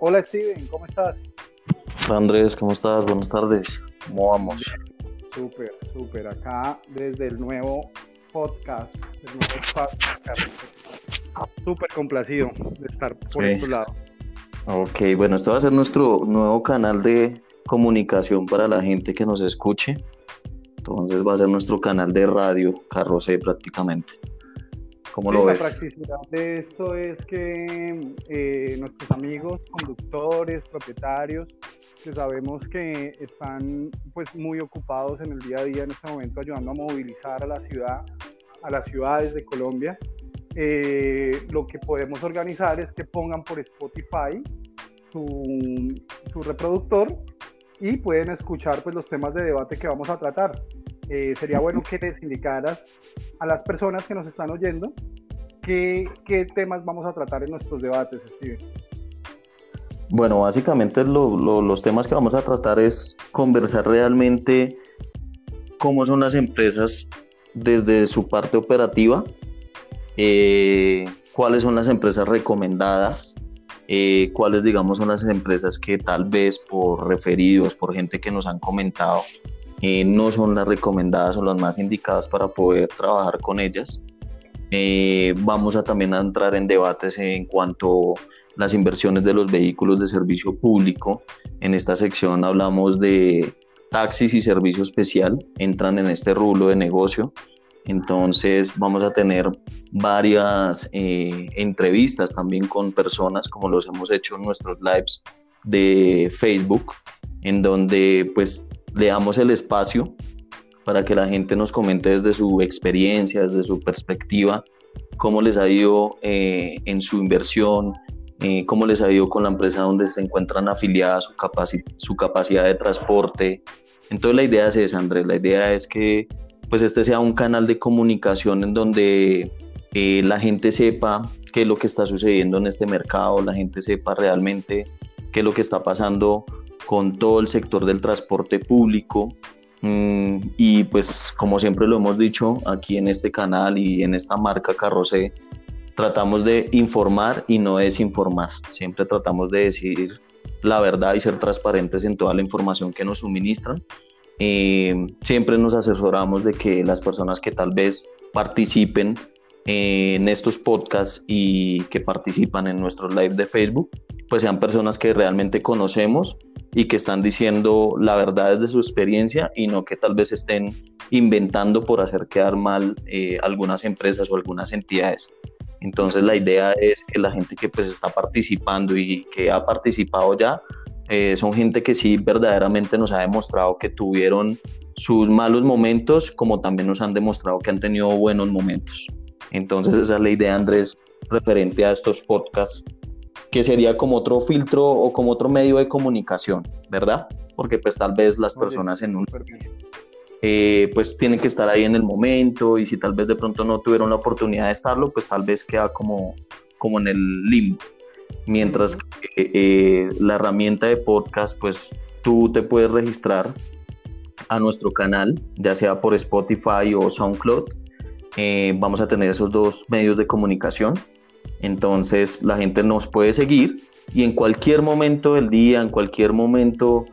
Hola Steven, ¿cómo estás? Hola Andrés, ¿cómo estás? Buenas tardes. ¿Cómo vamos? Súper, súper. Acá desde el nuevo podcast, el nuevo espacio, súper complacido de estar por Sí. estos lados. Ok, bueno, este va a ser nuestro nuevo canal de comunicación para la gente que nos escuche. Entonces va a ser nuestro canal de radio, Carrocé prácticamente. ¿Cómo Sí, lo la ves? practicidad de esto es que nuestros amigos, conductores, propietarios, que sabemos que están pues muy ocupados en el día a día en este momento ayudando a movilizar a la ciudad, a las ciudades de Colombia, lo que podemos organizar es que pongan por Spotify su reproductor y pueden escuchar pues, los temas de debate que vamos a tratar. Sería bueno que les indicaras a las personas que nos están oyendo qué temas vamos a tratar en nuestros debates, Steven. Bueno, básicamente los temas que vamos a tratar es conversar realmente cómo son las empresas desde su parte operativa, cuáles son las empresas recomendadas, cuáles digamos son las empresas que tal vez por referidos, por gente que nos han comentado, no son las recomendadas o las más indicadas para poder trabajar con ellas. Vamos a también a entrar en debates en cuanto a las inversiones de los vehículos de servicio público. En esta sección hablamos de taxis y servicio especial, entran en este rubro de negocio. Entonces vamos a tener varias entrevistas también con personas, como los hemos hecho en nuestros lives de Facebook, en donde pues le damos el espacio para que la gente nos comente desde su experiencia, desde su perspectiva, cómo les ha ido en su inversión, cómo les ha ido con la empresa donde se encuentran afiliadas, su capacidad de transporte. Entonces la idea es esa, Andrés, la idea es que pues este sea un canal de comunicación en donde la gente sepa qué es lo que está sucediendo en este mercado, la gente sepa realmente qué es lo que está pasando con todo el sector del transporte público. Y pues como siempre lo hemos dicho aquí en este canal y en esta marca Carrocé, tratamos de informar y no desinformar. Siempre tratamos de decir la verdad y ser transparentes en toda la información que nos suministran. Siempre nos asesoramos de que las personas que tal vez participen en estos podcasts y que participan en nuestros live de Facebook, pues sean personas que realmente conocemos y que están diciendo la verdad desde su experiencia y no que tal vez estén inventando por hacer quedar mal algunas empresas o algunas entidades. Entonces la idea es que la gente que pues está participando y que ha participado ya, son gente que sí verdaderamente nos ha demostrado que tuvieron sus malos momentos, como también nos han demostrado que han tenido buenos momentos. Entonces esa es la idea, Andrés, referente a estos podcasts, que sería como otro filtro o como otro medio de comunicación, ¿verdad? Porque pues tal vez las Oye, personas en un súper bien. pues tienen que estar ahí en el momento y si tal vez de pronto no tuvieron la oportunidad de estarlo, pues tal vez queda como en el limbo. Mientras Uh-huh. que la herramienta de podcast, pues tú te puedes registrar a nuestro canal, ya sea por Spotify o SoundCloud. Vamos a tener esos dos medios de comunicación. Entonces la gente nos puede seguir y en cualquier momento del día, en cualquier momento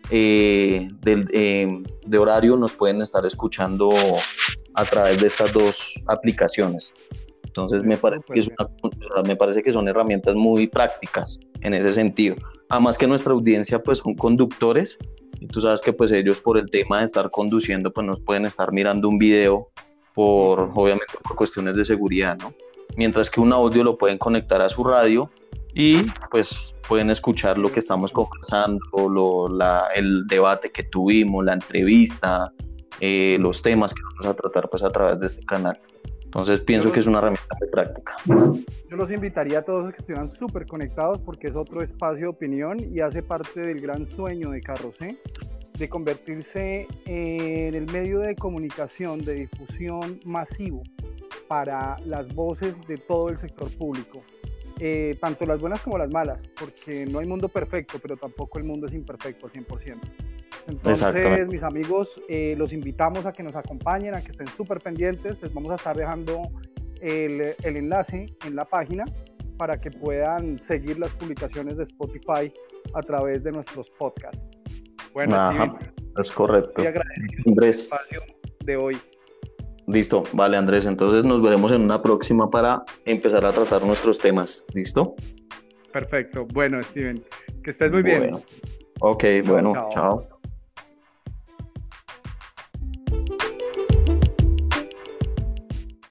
de horario nos pueden estar escuchando a través de estas dos aplicaciones. Entonces Oye, súper bien. me parece que son herramientas muy prácticas en ese sentido. Además que nuestra audiencia pues son conductores y tú sabes que pues ellos por el tema de estar conduciendo pues nos pueden estar mirando un video Uh-huh. obviamente por cuestiones de seguridad, ¿no? Mientras que un audio lo pueden conectar a su radio y pues pueden escuchar lo que estamos conversando, el debate que tuvimos, la entrevista, los temas que vamos a tratar pues a través de este canal. Entonces Yo pienso que los, es una herramienta muy práctica. yo los invitaría a todos que estuvieran súper conectados porque es otro espacio de opinión y hace parte del gran sueño de Carrocé de convertirse en el medio de comunicación, de difusión masivo para las voces de todo el sector público, tanto las buenas como las malas, porque no hay mundo perfecto, pero tampoco el mundo es imperfecto al 100%. Entonces, Exactamente. mis amigos, los invitamos a que nos acompañen, a que estén súper pendientes. Les vamos a estar dejando el enlace en la página para que puedan seguir las publicaciones de Spotify a través de nuestros podcasts. Bueno, Ajá, Steven, es correcto. muy agradecido por el Andrés, espacio de hoy. listo, vale Andrés, entonces nos veremos en una próxima para empezar a tratar nuestros temas, ¿listo? Perfecto. Bueno, Steven, que estés muy bien. Bueno, ok, Chao, bueno, chao. chao.